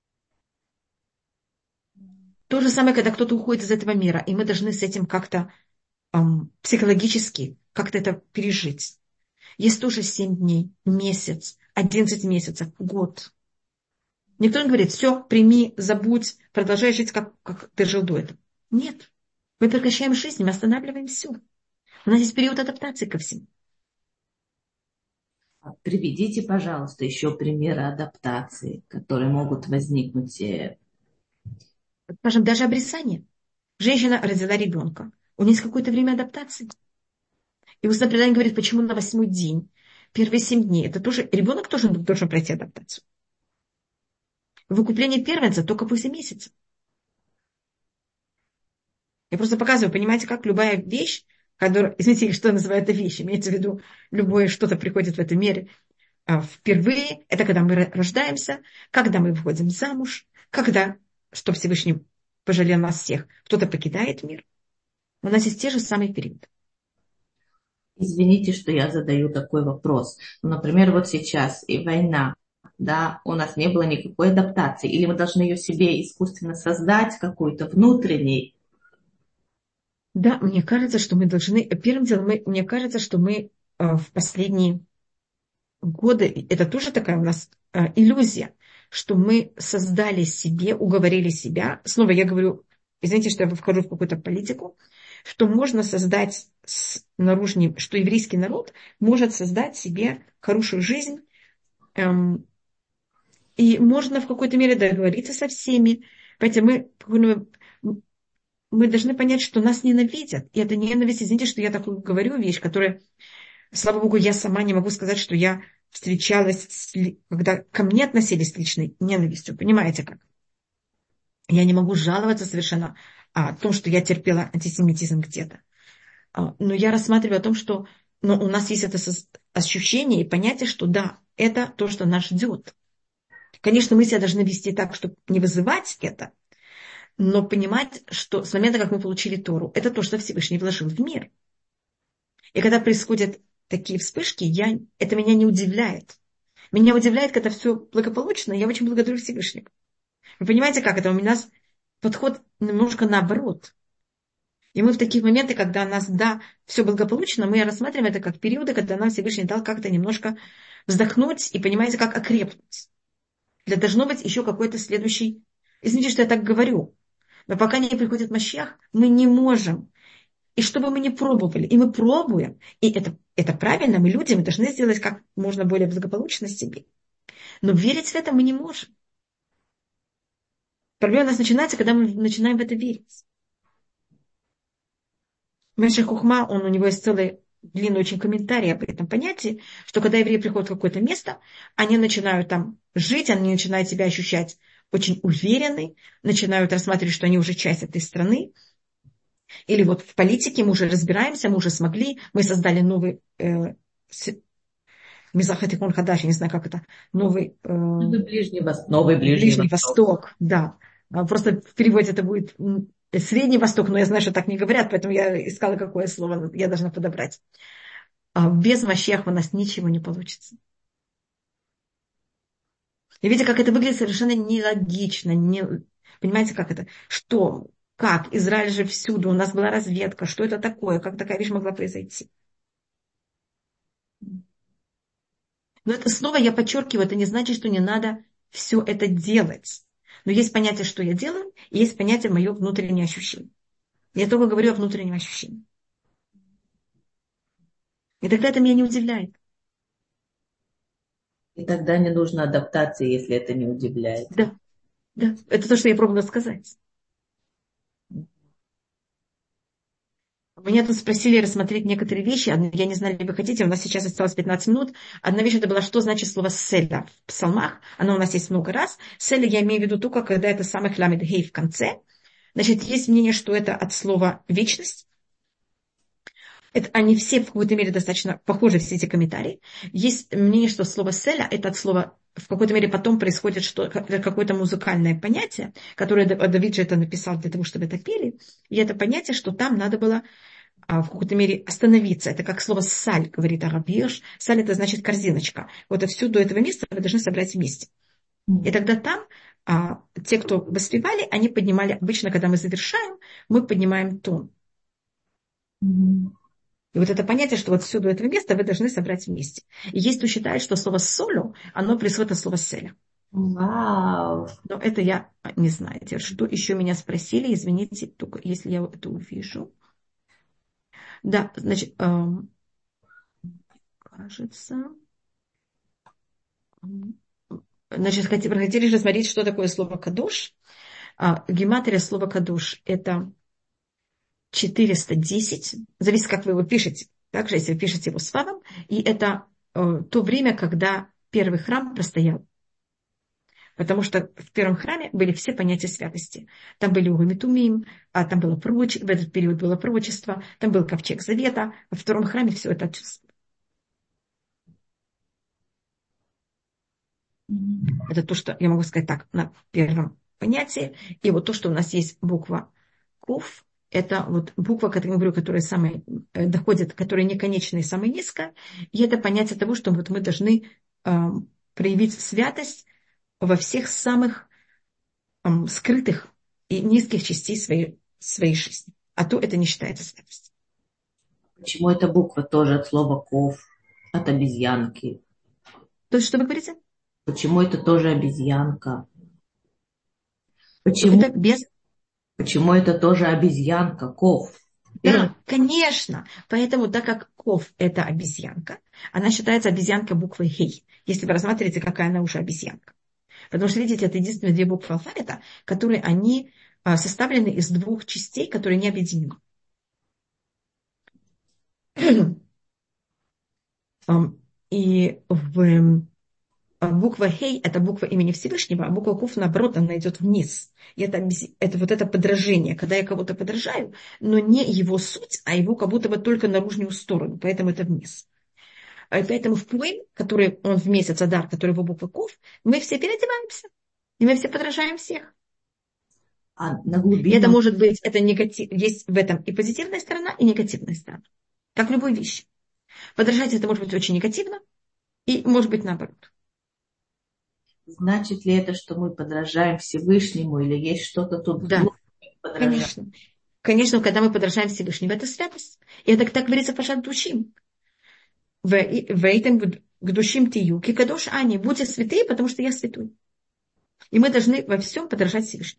То же самое, когда кто-то уходит из этого мира, и мы должны с этим как-то эм, психологически как-то это пережить. Есть тоже семь дней, месяц, одиннадцать месяцев, год. Никто не говорит, все, прими, забудь, продолжай жить, как, как ты жил до этого. Нет. Мы прекращаем жизнь, мы останавливаем все. У нас есть период адаптации ко всему. Приведите, пожалуйста, еще примеры адаптации, которые могут возникнуть. Скажем, даже обрезание. Женщина родила ребенка. У нее есть какое-то время адаптации. И устное предание говорит, почему на восьмой день, первые семь дней, это тоже, ребенок тоже должен пройти адаптацию. Выкупление первенца только после месяца. Я просто показываю, понимаете, как любая вещь, которая, извините, что я называю это вещь, имеется в виду, любое что-то приходит в этом мире впервые, это когда мы рождаемся, когда мы выходим замуж, когда, что Всевышний пожалел нас всех, кто-то покидает мир. У нас есть те же самые периоды. Извините, что я задаю такой вопрос. Например, вот сейчас и война, да, у нас не было никакой адаптации, или мы должны ее себе искусственно создать, какую-то внутренней. Да, мне кажется, что мы должны, первым делом, мы, мне кажется, что мы э, в последние годы, это тоже такая у нас э, иллюзия, что мы создали себе, уговорили себя, снова я говорю, извините, что я вхожу в какую-то политику, что можно создать с наружным, что еврейский народ может создать себе хорошую жизнь, эм, и можно в какой-то мере договориться со всеми. Поэтому мы, мы должны понять, что нас ненавидят. И это ненависть, извините, что я такую говорю вещь, которая, слава Богу, я сама не могу сказать, что я встречалась, с, когда ко мне относились с личной ненавистью. Понимаете как? Я не могу жаловаться совершенно о том, что я терпела антисемитизм где-то. Но я рассматриваю о том, что но у нас есть это ощущение и понятие, что да, это то, что нас ждет. Конечно, мы себя должны вести так, чтобы не вызывать это, но понимать, что с момента, как мы получили Тору, это то, что Всевышний вложил в мир. И когда происходят такие вспышки, я, это меня не удивляет. Меня удивляет, когда все благополучно, я очень благодарю Всевышнего. Вы понимаете, как это? У нас подход немножко наоборот. И мы в такие моменты, когда у нас, да, все благополучно, мы рассматриваем это как периоды, когда нам Всевышний дал как-то немножко вздохнуть и, понимаете, как окрепнуть. Для должно быть еще какой-то следующий... Извините, что я так говорю, но пока не приходит Машиах, мы не можем. И что бы мы ни пробовали, и мы пробуем, и это, это правильно, мы люди, мы должны сделать как можно более благополучно себе. Но верить в это мы не можем. Проблема у нас начинается, когда мы начинаем в это верить. Мешах Хухма, он, у него есть целый длинный очень комментарий об этом понятии, что когда евреи приходят в какое-то место, они начинают там жить, они начинают себя ощущать очень уверенной, начинают рассматривать, что они уже часть этой страны. Или вот в политике мы уже разбираемся, мы уже смогли, мы создали новый э, Мизахатикон Хадаш, я не знаю, как это, новый, э, Новый Ближний Восток. Новый Ближний, Ближний Восток. Восток, да. Просто в переводе это будет Средний Восток, но я знаю, что так не говорят, поэтому я искала, какое слово я должна подобрать. А без Машиаха у нас ничего не получится. И видите, как это выглядит совершенно нелогично. Не... Понимаете, как это? Что? Как? Израиль же всюду. У нас была разведка. Что это такое? Как такая вещь могла произойти? Но это снова я подчеркиваю, это не значит, что не надо все это делать. Но есть понятие, что я делаю, и есть понятие мое внутреннее ощущение. Я только говорю о внутреннем ощущении. И тогда это меня не удивляет. И тогда не нужно адаптации, если это не удивляет. Да, да. Это то, что я пробовала сказать. Меня тут спросили рассмотреть некоторые вещи. Я не знаю, ли вы хотите. У нас сейчас осталось пятнадцать минут. Одна вещь это была, что значит слово «селя» в псалмах. Оно у нас есть много раз. «Селя» я имею в виду только, когда это самый хламид гей в конце. Значит, есть мнение, что это от слова «вечность». Это, они все в какой-то мере достаточно похожи, все эти комментарии. Есть мнение, что слово «селя» это от слова в какой-то мере потом происходит что, какое-то музыкальное понятие, которое Давид же это написал для того, чтобы это пели. И это понятие, что там надо было а, в какой-то мере остановиться. Это как слово «саль», говорит Арабирш. «Саль» это значит корзиночка. Вот всю до этого места вы должны собрать вместе. И тогда там а, те, кто воспевали, они поднимали, обычно, когда мы завершаем, мы поднимаем тон. И вот это понятие, что вот все до этого места вы должны собрать вместе. И есть, кто считает, что слово «солю», оно происходит от слова «селя». Вау. Но это я не знаю. Теперь, что еще меня спросили, извините, только если я это увижу. Да, значит, эм, кажется... Значит, хотели, хотели же смотреть, что такое слово «кадош». А, гематрия слова «кадош» – это четыреста десять. Зависит, как вы его пишете. Также, если вы пишете его с вавом. И это э, то время, когда первый храм простоял. Потому что в первом храме были все понятия святости. Там были Урим и Тумим, а там было пророчество, в этот период было пророчество, там был ковчег завета. Во втором храме все это отсутствует. Это то, что я могу сказать так, на первом понятии. И вот то, что у нас есть буква Куф, это вот буква, которую я говорю, которая самая, э, доходит, которая не конечная и самая низкая. И это понятие того, что вот мы должны э, проявить святость во всех самых э, скрытых и низких частей своей, своей жизни. А то это не считается святостью. Почему эта буква тоже от слова «ков», от обезьянки? То есть, что вы говорите? Почему это тоже обезьянка? Почему, Это без... почему это тоже обезьянка, ков? Да, конечно. Поэтому, так как ков – это обезьянка, она считается обезьянкой буквой «хей», если вы рассматриваете, какая она уже обезьянка. Потому что, видите, это единственные две буквы алфавита, которые они составлены из двух частей, которые не объединены. И в буква «хей» – это буква имени Всевышнего, а буква «куф», наоборот, она идет вниз. И это, это вот это подражение, когда я кого-то подражаю, но не его суть, а его как будто бы только наружную сторону, поэтому это вниз. И поэтому в Пурим, который он в месяц Адар, который его буква «куф», мы все переодеваемся, и мы все подражаем всех. А на И это глубину? может быть, это негатив, есть в этом и позитивная сторона, и негативная сторона. Как в любой вещи. Подражать это может быть очень негативно, и может быть наоборот. Значит ли это, что мы подражаем Всевышнему, или есть что-то тут Да, глубже подражать? конечно. Конечно, когда мы подражаем Всевышнему, это святость. И это так говорится пашат душим. В этом к душим тию, кикадош ани, будьте святые, потому что я святой. И мы должны во всем подражать Всевышнему.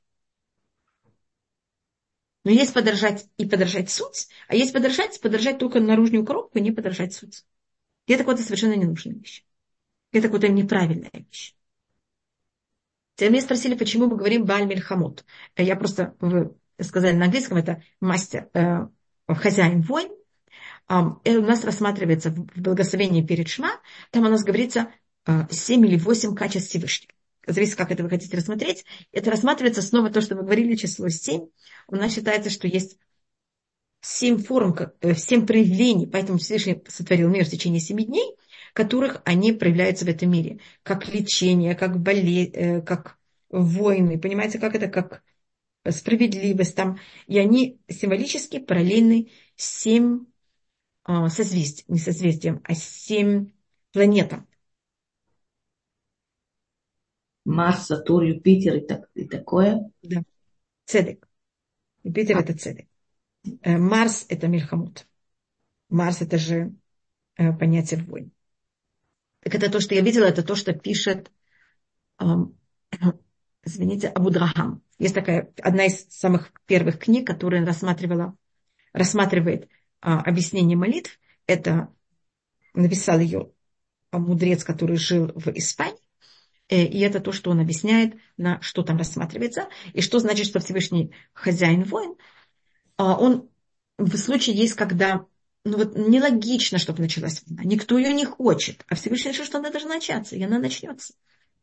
Но есть подражать и подражать суть, а есть подражать, подражать только наружную коробку, и не подражать суть. И это какая-то совершенно ненужная вещь. Это какая-то неправильная вещь. Теперь меня спросили, почему мы говорим Бааль Мельхамот. Я просто, вы сказали на английском, это мастер, э, хозяин войн. Um, у нас рассматривается в благословении перед Шма, там у нас говорится uh, семь или восемь качеств Всевышнего. Зависит, как это вы хотите рассмотреть. Это рассматривается снова то, что мы говорили, число семь. У нас считается, что есть семь форм, семь проявлений, поэтому Всевышний сотворил мир в течение семи дней, которых они проявляются в этом мире. Как лечение, как болезнь, как войны. Понимаете, как это, как справедливость там. И они символически параллельны семь созвездием, не созвездием, а семь планетам. Марс, Сатурн, Юпитер и, так, и такое. Да. Цедек. Юпитер А, это Цедек. Марс это Мельхамут. Марс это же понятие войн. Так это то, что я видела, это то, что пишет, эм, извините, Абудрахам. Есть такая, одна из самых первых книг, которая рассматривала, рассматривает а, объяснение молитв. Это написал ее мудрец, который жил в Испании. И это то, что он объясняет, на что там рассматривается. И что значит, что Всевышний хозяин войн. Он в случае есть, когда ну вот нелогично, чтобы началась война. Никто ее не хочет. А Всевышний решил, что она должна начаться. И она начнется.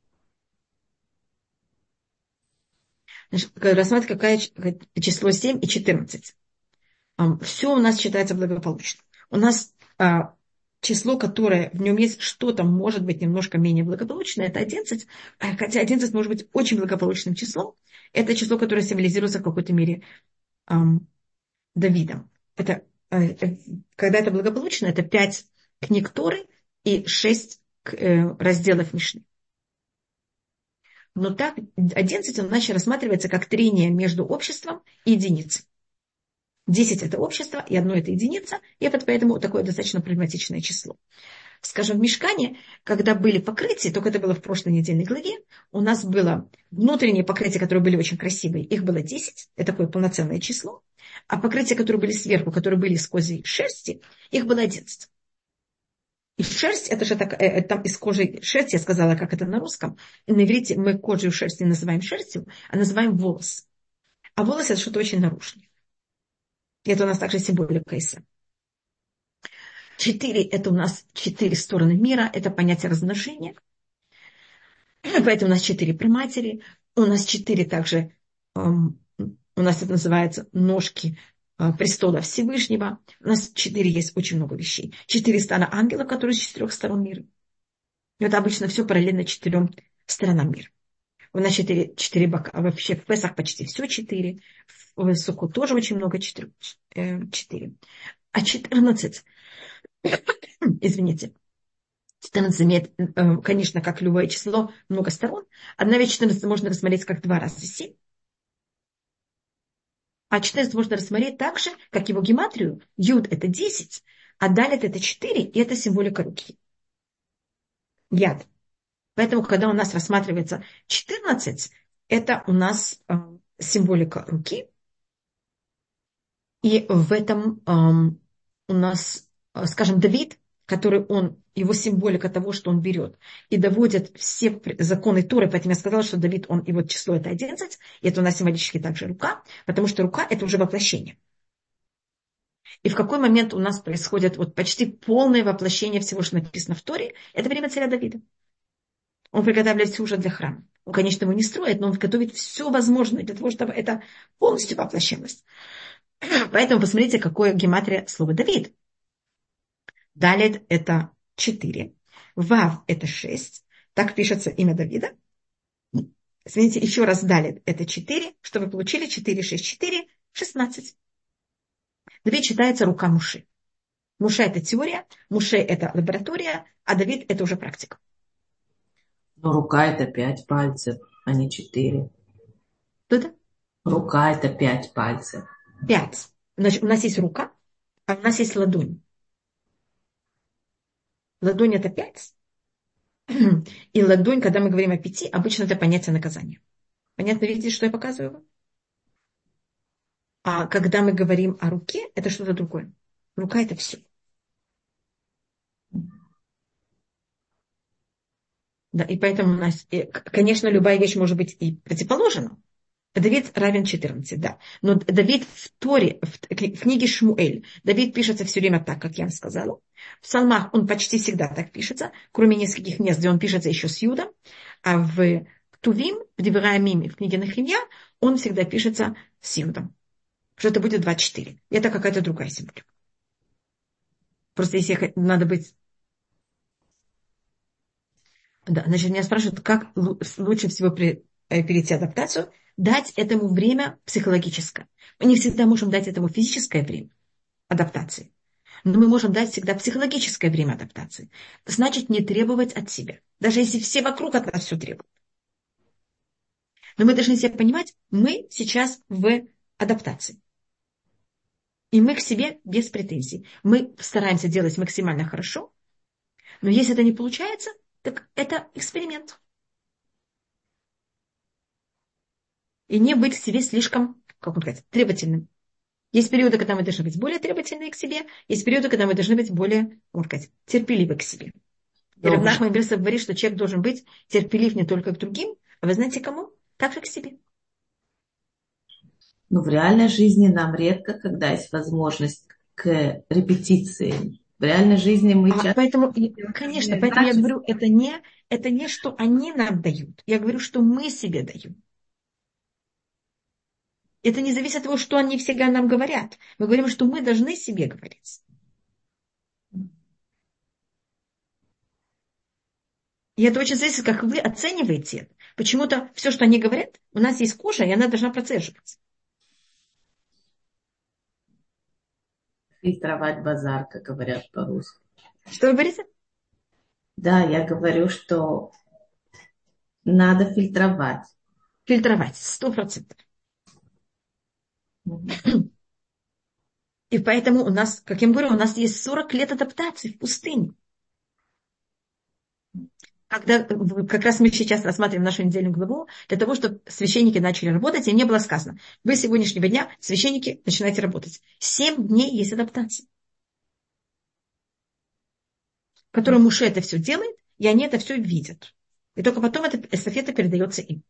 Значит, рассматривать, какое число семь и четырнадцать. Все у нас считается благополучным. У нас а, число, которое в нем есть что-то, может быть, немножко менее благополучное, это одиннадцать. Хотя одиннадцать может быть очень благополучным числом. Это число, которое символизируется в какой-то мере эм, Давидом. Это, э, когда это благополучно, это пять книг Торы и шесть э, разделов Мишны. Но так одиннадцать у нас рассматривается как трение между обществом и единицей. десять это общество, и одно это единица, и это поэтому такое достаточно проблематичное число. Скажем, в Мишкане, когда были покрытия, только это было в прошлой недельной главе, у нас было внутренние покрытия, которые были очень красивые, их было десять, это такое полноценное число, а покрытия, которые были сверху, которые были из козьей шерсти, их было одиннадцать. И шерсть, это же так, э, там из кожи шерсть, я сказала, как это на русском, и на иврите мы кожу шерсть не называем шерстью, а называем волос. А волос это что-то очень наружное. И это у нас также символика Иса. Четыре – это у нас четыре стороны мира, это понятие размножения. Поэтому у нас четыре праматери. У нас четыре также, эм, у нас это называется ножки э, престола Всевышнего. У нас четыре есть очень много вещей. Четыре стана ангелов, которые с четырех сторон мира. И это обычно все параллельно четырем сторонам мира. У нас четыре, четыре бока. А вообще в Песах почти все четыре. В Суку тоже очень много четыре. четыре. А четырнадцать, извините, четырнадцать имеет, конечно, как любое число, много сторон. Одна вещь четырнадцать можно рассмотреть как два раза семь. А четырнадцать можно рассмотреть так же, как его гематрию. Юд это десять, а далит это четыре, и это символика руки. Яд. Поэтому, когда у нас рассматривается четырнадцать, это у нас э, символика руки. И в этом э, у нас, э, скажем, Давид, который он, его символика того, что он берет, и доводит все законы Торы, поэтому я сказала, что Давид, он, его число это одиннадцать, и это у нас символически также рука, потому что рука это уже воплощение. И в какой момент у нас происходит вот почти полное воплощение всего, что написано в Торе, это время царя Давида. Он приготавливает все уже для храма. Он, конечно, его не строит, но он готовит все возможное для того, чтобы это полностью воплощалось. Поэтому посмотрите, какое гематрия слова Давид. Далее это четыре. Вав это шесть. Так пишется имя Давида. Извините, еще раз дали это четыре, что вы получили четыре, шесть, четыре, шестнадцать. Давид считается рука Муше. Муше это теория, Муше это лаборатория, а Давид это уже практика. Но рука это пять пальцев, а не четыре. Что-то? Рука это пять пальцев. Пять. Значит, у нас есть рука, а у нас есть ладонь. Ладонь это пять. И ладонь, когда мы говорим о пяти, обычно это понятие наказания. Понятно, видите, что я показываю? А когда мы говорим о руке, это что-то другое. Рука это все. Да, и поэтому у нас, конечно, любая вещь может быть и противоположна. Давид равен четырнадцати, да. Но Давид в Торе, в книге Шмуэль, Давид пишется все время так, как я вам сказала. В псалмах он почти всегда так пишется, кроме нескольких мест, где он пишется еще с Юдом. А в Тувим, в Девираамиме, в книге Нахимья, он всегда пишется с Юдом. Что это будет двадцать четыре. Это какая-то другая символика. Просто если надо быть... Да, значит, меня спрашивают, как лучше всего перейти адаптацию. Дать этому время психологическое. Мы не всегда можем дать этому физическое время адаптации. Но мы можем дать всегда психологическое время адаптации. Значит, не требовать от себя. Даже если все вокруг от нас все требуют. Но мы должны себя понимать, мы сейчас в адаптации. И мы к себе без претензий. Мы стараемся делать максимально хорошо. Но если это не получается, так это эксперимент. И не быть к себе слишком, как он сказать, требовательным. Есть периоды, когда мы должны быть более требовательны к себе, есть периоды, когда мы должны быть более, как сказать, терпеливы к себе. И Рав Нахман Берсов говорит, что человек должен быть терпелив не только к другим, а вы знаете кому? Также к себе. Но в реальной жизни нам редко, когда есть возможность к репетиции. В реальной жизни мы а часто... Поэтому, конечно, поэтому я говорю, это не, это не, что они нам дают. Я говорю, что мы себе даем. Это не зависит от того, что они всегда нам говорят. Мы говорим, что мы должны себе говорить. И это очень зависит, как вы оцениваете это. Почему-то все, что они говорят, у нас есть кожа, и она должна процеживаться. Фильтровать базар, как говорят по-русски. Что вы говорите? Да, я говорю, что надо фильтровать. Фильтровать, сто процентов. И поэтому у нас, как я вам говорю, у нас есть сорок лет адаптации в пустыне. Когда как раз мы сейчас рассматриваем нашу недельную главу, для того, чтобы священники начали работать, и не было сказано, вы с сегодняшнего дня, священники, начинаете работать. Семь дней есть адаптация, в которой Муше это все делает, и они это все видят. И только потом эта эстафета передается им.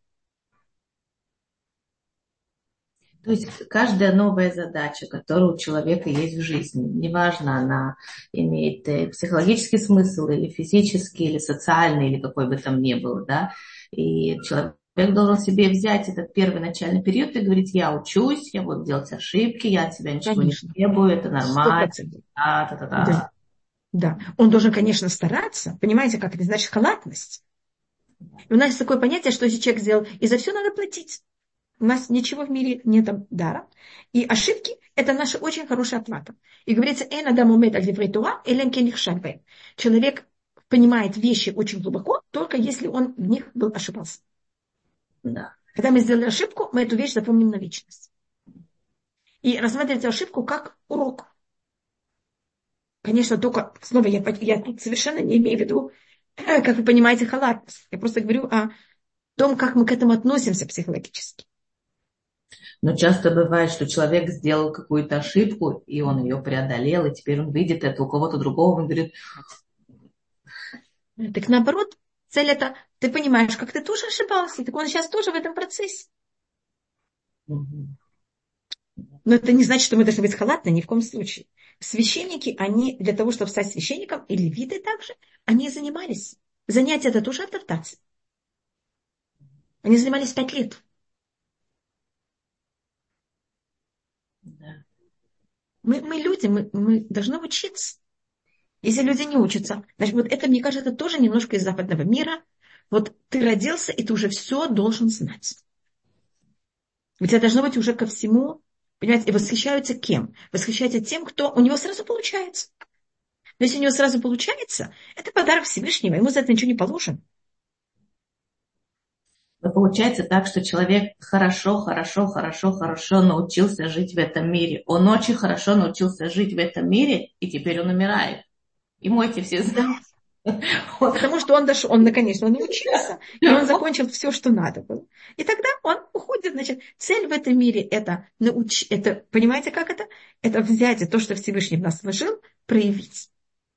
То есть каждая новая задача, которая у человека есть в жизни, неважно, она имеет психологический смысл, или физический, или социальный, или какой бы там ни был, да, и человек должен себе взять этот первый начальный период и говорить, я учусь, я буду делать ошибки, я от себя ничего Конечно. не требую, это нормально. Да, да, да. Да. Да, он должен, конечно, стараться, понимаете, как это значит халатность. И у нас есть такое понятие, что если человек сделал, и за все надо платить. У нас ничего в мире нет дара. И ошибки – это наша очень хорошая оплата. И говорится, человек понимает вещи очень глубоко, только если он в них был ошибался. Да. Когда мы сделали ошибку, мы эту вещь запомним на вечность. И рассматривать ошибку как урок. Конечно, только, снова, я, я тут совершенно не имею в виду, как вы понимаете, халатность. Я просто говорю о том, как мы к этому относимся психологически. Но часто бывает, что человек сделал какую-то ошибку, и он ее преодолел, и теперь он видит это у кого-то другого, он говорит... Так наоборот, цель это, ты понимаешь, как ты тоже ошибался, так он сейчас тоже в этом процессе. Угу. Но это не значит, что мы должны быть халатны, ни в коем случае. Священники, они для того, чтобы стать священником, и левиты также, они занимались. Занятие это тоже адаптация. Они занимались пять лет. Да. Мы, мы люди, мы, мы должны учиться. Если люди не учатся, значит, вот это, мне кажется, тоже немножко из западного мира. Вот ты родился, и ты уже все должен знать. У тебя должно быть уже ко всему, понимаете, и восхищаются кем? Восхищаются тем, кто у него сразу получается. Но если у него сразу получается, это подарок Всевышнего, ему за это ничего не положено. Но получается так, что человек хорошо, хорошо, хорошо, хорошо научился жить в этом мире. Он очень хорошо научился жить в этом мире, и теперь он умирает. Ему эти все знания. Потому что он дошел, он наконец-то он научился, и он закончил все, что надо было. И тогда он уходит. Значит, цель в этом мире это научить, это, понимаете, как это? Это взять то, что Всевышний в нас вложил, проявить.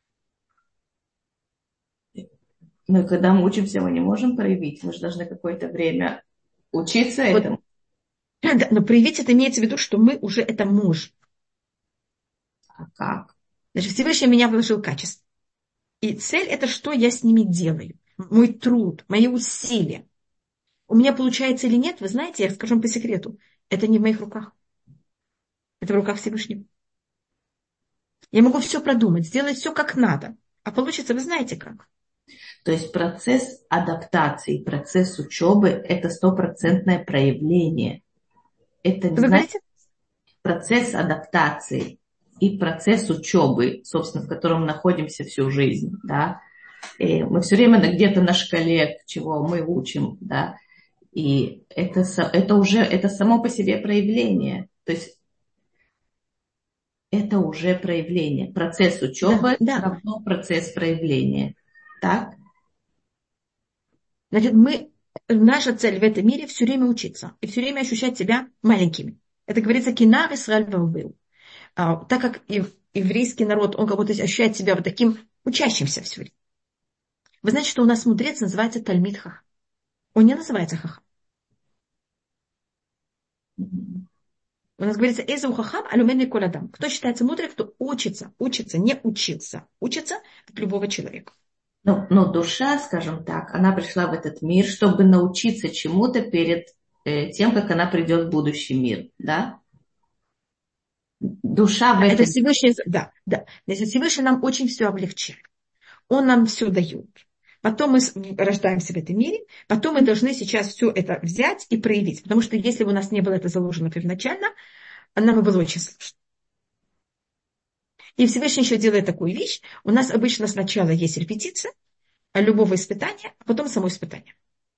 Но и когда мы учимся, мы не можем проявить. Мы же должны какое-то время учиться Вот. этому. Да, но проявить это имеется в виду, что мы уже это можем. А как? Значит, Всевышний меня вложил качество. И цель это, что я с ними делаю. Мой труд, мои усилия. У меня получается или нет, вы знаете, я скажу вам по секрету, это не в моих руках. Это в руках Всевышнего. Я могу все продумать, сделать все как надо. А получится, вы знаете как. То есть процесс адаптации, процесс учебы – это стопроцентное проявление. Это, не Вы знаете, говорите? процесс адаптации и процесс учебы, собственно, в котором мы находимся всю жизнь. Да? И мы все время где-то на шкале, чего мы учим. Да? И это, это уже это само по себе проявление. То есть это уже проявление. Процесс учебы Да, да. равно процесс проявления. Так? Значит, мы, наша цель в этом мире все время учиться и все время ощущать себя маленькими. Это говорится «кинар Исраэль ваувeu». А, так как еврейский народ, он как будто ощущает себя вот таким учащимся все время. Вы знаете, что у нас мудрец называется Тальмид Хахам. Он не называется Хахам. У нас говорится «эзу хахам алюменный коладам». Кто считается мудрым, кто учится, учится, не учился. Учится от любого человека. Но, но душа, скажем так, она пришла в этот мир, чтобы научиться чему-то перед э, тем, как она придет в будущий мир, да? Душа в этом... Это Всевышний, да, да. Значит, Всевышний нам очень все облегчает. Он нам все дает. Потом мы рождаемся в этом мире, потом мы должны сейчас все это взять и проявить. Потому что если бы у нас не было это заложено первоначально, нам бы было очень сложно. И Всевышний еще делает такую вещь. У нас обычно сначала есть репетиция любого испытания, а потом само испытание.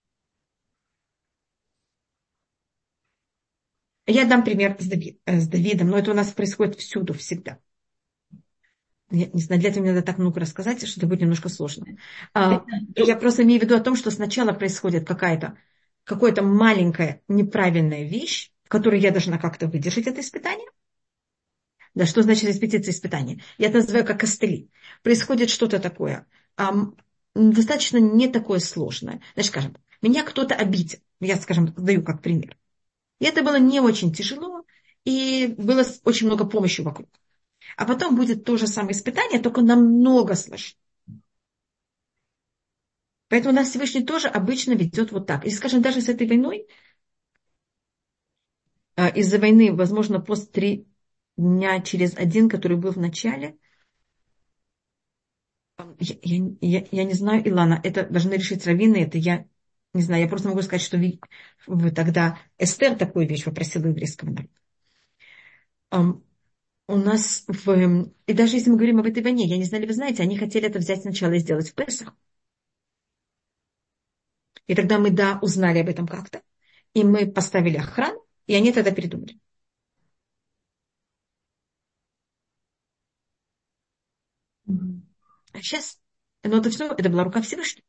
Я дам пример с, Давид, с Давидом, но это у нас происходит всюду, всегда. Я не знаю, для этого мне надо так много рассказать, что это будет немножко сложно. Я просто имею в виду о том, что сначала происходит какая-то, какая-то маленькая неправильная вещь, в которой я должна как-то выдержать это испытание. Да, что значит репетиция испытания? Я это называю как костыли. Происходит что-то такое, эм, достаточно не такое сложное. Значит, скажем, меня кто-то обидел. Я, скажем, даю как пример. И это было не очень тяжело, и было очень много помощи вокруг. А потом будет то же самое испытание, только намного сложнее. Поэтому нас Всевышний тоже обычно ведет вот так. И, скажем, даже с этой войной, из-за войны, возможно, пост три дня через один, который был в начале, я, я, я, я не знаю, Илана, это должны решить раввины, это я не знаю, я просто могу сказать, что вы, вы тогда Эстер такую вещь попросила еврейского народа. Um, у нас, в, и даже если мы говорим об этой войне, я не знаю, ли вы знаете, они хотели это взять сначала и сделать в Песах. И тогда мы, да, узнали об этом как-то, и мы поставили охрану, и они тогда передумали. Mm-hmm. А сейчас, но это все, это была рука Всевышнего.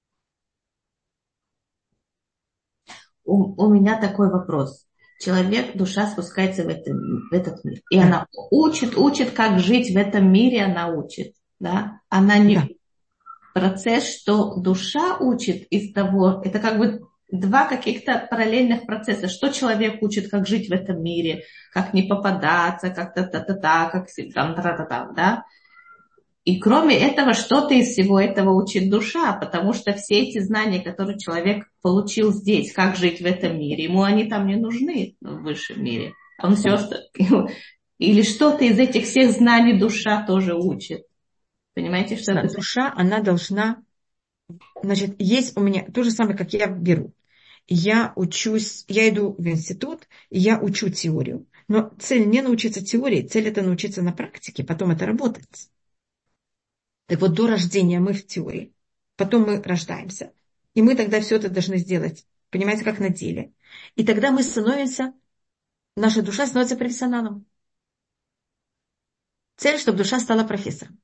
У, у меня такой вопрос. Человек, душа спускается в, это, в этот мир. И она учит, учит, как жить в этом мире, она учит. Да? Она не... Да. Процесс, что душа учит из того, это как бы два каких-то параллельных процесса. Что человек учит, как жить в этом мире, как не попадаться, как та-та-та-та, как там та-та-та, да? И кроме этого, что-то из всего этого учит душа, потому что все эти знания, которые человек получил здесь, как жить в этом мире, ему они там не нужны в высшем мире. Он все... Или что-то из этих всех знаний душа тоже учит. Понимаете, что это? Душа, она должна Значит, есть у меня то же самое, как я беру. Я учусь, я иду в институт, я учу теорию. Но цель не научиться теории, цель это научиться на практике, потом это работает. Так вот, до рождения мы в теории, потом мы рождаемся. И мы тогда все это должны сделать, понимаете, как на деле. И тогда мы становимся, наша душа становится профессионалом. Цель, чтобы душа стала профессором.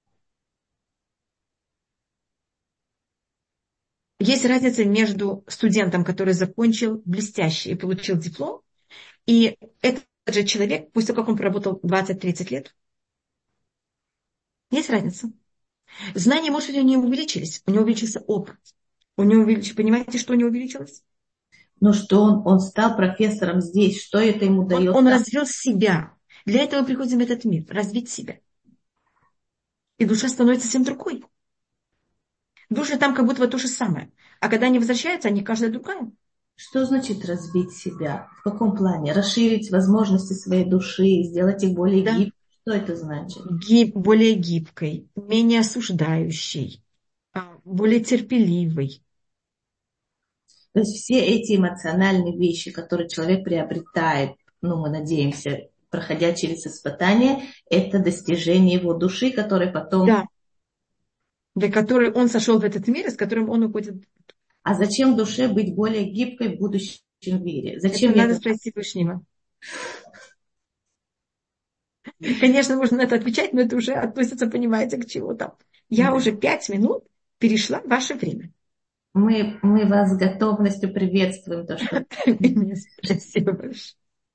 Есть разница между студентом, который закончил блестяще и получил диплом, и этот же человек, после того, как он проработал двадцать-тридцать лет, есть разница. Знания, может быть, у него не увеличились, у него увеличился опыт. У него увеличилось, понимаете, что у него увеличилось? Но что он, он стал профессором здесь, что это ему Он, дает? он развил себя. Для этого мы приходим в этот мир, развить себя. И душа становится совсем другой. Души там как будто бы то же самое. А когда они возвращаются, они каждая другая. Что значит развить себя? В каком плане? Расширить возможности своей души, сделать их более Да. гибкими? Что это значит? Гиб, более гибкой, менее осуждающей, а, более терпеливой. То есть все эти эмоциональные вещи, которые человек приобретает, ну, мы надеемся, проходя через испытания, это достижение его души, которое потом... Да. Для которой он сошел в этот мир, и с которым он уходит. А зачем душе быть более гибкой в будущем мире? Зачем Это надо это? спросить Всевышнего. Конечно, можно на это отвечать, но это уже относится, понимаете, к чему-то. Я Да. уже пять минут перешла в ваше время. Мы, мы вас с готовностью приветствуем. То, что... Спасибо большое.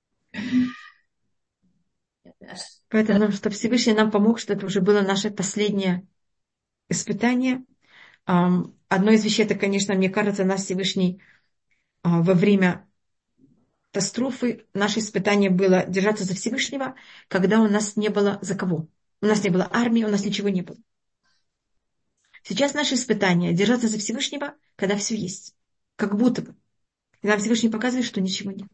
Поэтому, что Всевышний нам помог, что это уже было наше последнее испытание. Одно из вещей, это, конечно, мне кажется, нас Всевышний во время катастрофы, наше испытание было держаться за Всевышнего, когда у нас не было за кого. У нас не было армии, у нас ничего не было. Сейчас наше испытание держаться за Всевышнего, когда все есть. Как будто бы. Когда Всевышний показывает, что ничего нет.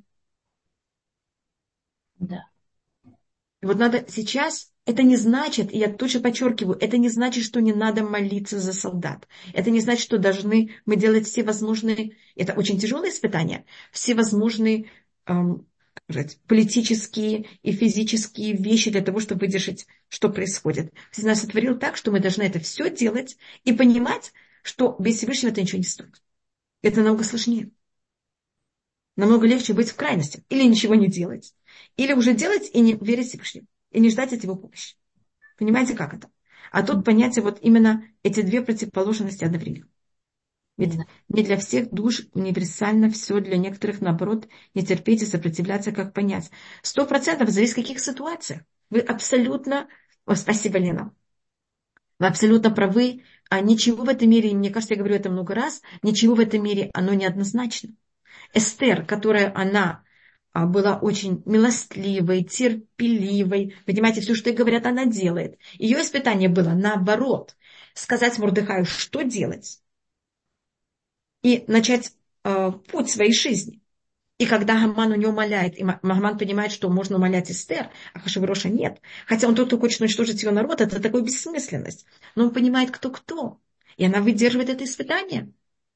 Да. И вот надо сейчас, это не значит, и я точно подчеркиваю, это не значит, что не надо молиться за солдат. Это не значит, что должны мы делать все возможные, это очень тяжелое испытание, все возможные эм, как сказать, политические и физические вещи для того, чтобы выдержать, что происходит. Всевышний нас сотворил так, что мы должны это все делать и понимать, что без Всевышнего это ничего не стоит. Это намного сложнее. Намного легче быть в крайности. Или ничего не делать. Или уже делать и не верить Всевышнему. И не ждать от его помощи. Понимаете, как это? А тут понятие вот именно эти две противоположности одновременно. Ведь да. Не для всех душ универсально все, для некоторых, наоборот, не терпеть и сопротивляться, как понять. Сто процентов зависит в каких ситуациях. Вы абсолютно... О, спасибо, Лена. Вы абсолютно правы. А ничего в этом мире, мне кажется, я говорю это много раз, ничего в этом мире, оно неоднозначно. Эстер, которая она была очень милостливой, терпеливой. Понимаете, все, что ей говорят, она делает. Ее испытание было наоборот. Сказать Мордехаю, что делать. И начать э, путь своей жизни. И когда Гаман у нее умоляет, и Гаман понимает, что можно умолять Эстер, а Хашвироша нет. Хотя он тот, кто хочет уничтожить ее народ, это такая бессмысленность. Но он понимает, кто кто. И она выдерживает это испытание.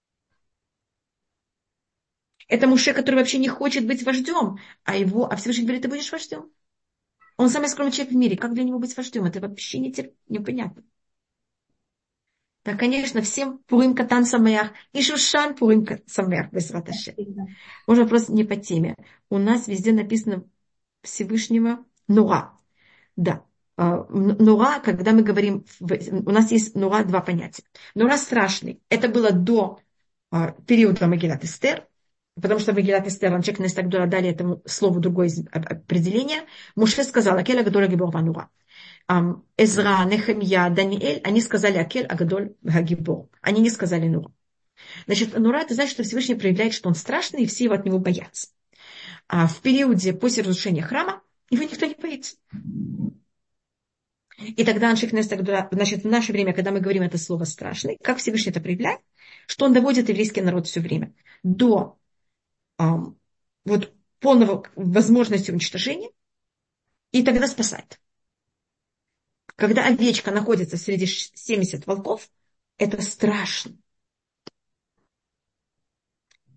Это Муше, который вообще не хочет быть вождем, а его, а Всевышний говорит, ты будешь вождем. Он самый скромный человек в мире. Как для него быть вождем? Это вообще не терп... непонятно. Да, конечно, всем Пурим Катан Самеах. И Шушан Пурим Самеах. Можно просто не по теме. У нас везде написано Всевышнего Нура. Да. Нура, когда мы говорим, у нас есть Нура два понятия. Нура страшный. Это было до периода Мегилат Эстер. Потому что в Мегилат Эстер, Аншек Нестагдора дали этому слову другое определение. Муше сказал, Акель Агадоль Гибор Ванура. Эзра, Нехемия, Даниэль, они сказали Акель Агадоль Гибор. Они не сказали Нура. Значит, Нура, это значит, что Всевышний проявляет, что он страшный, и все его от него боятся. А в периоде после разрушения храма его никто не боится. И тогда Аншек Нестагдора, значит, в наше время, когда мы говорим это слово страшный, как Всевышний это проявляет, что он доводит еврейский народ все время до вот полного возможности уничтожения, и тогда спасает. Когда овечка находится среди семидесяти волков, это страшно.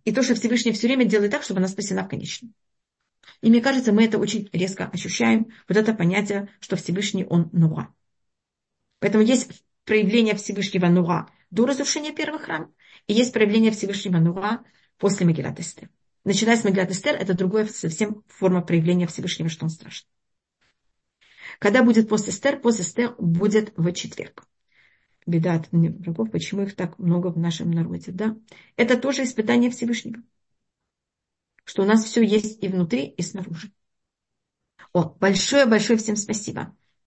И то, что Всевышний все время делает так, чтобы она спасена в конечном. И мне кажется, мы это очень резко ощущаем, вот это понятие, что Всевышний, он нуа. Поэтому есть проявление Всевышнего нуа до разрушения первых храмов, и есть проявление Всевышнего нуа после Мегилат Эстер. Начиная с Мегилат Эстер, это другая совсем форма проявления Всевышнего, что он страшный. Когда будет пост Эстер? Пост Эстер будет в четверг. Беда от врагов, почему их так много в нашем народе, да? Это тоже испытание Всевышнего. Что у нас все есть и внутри, и снаружи. О, большое-большое всем спасибо.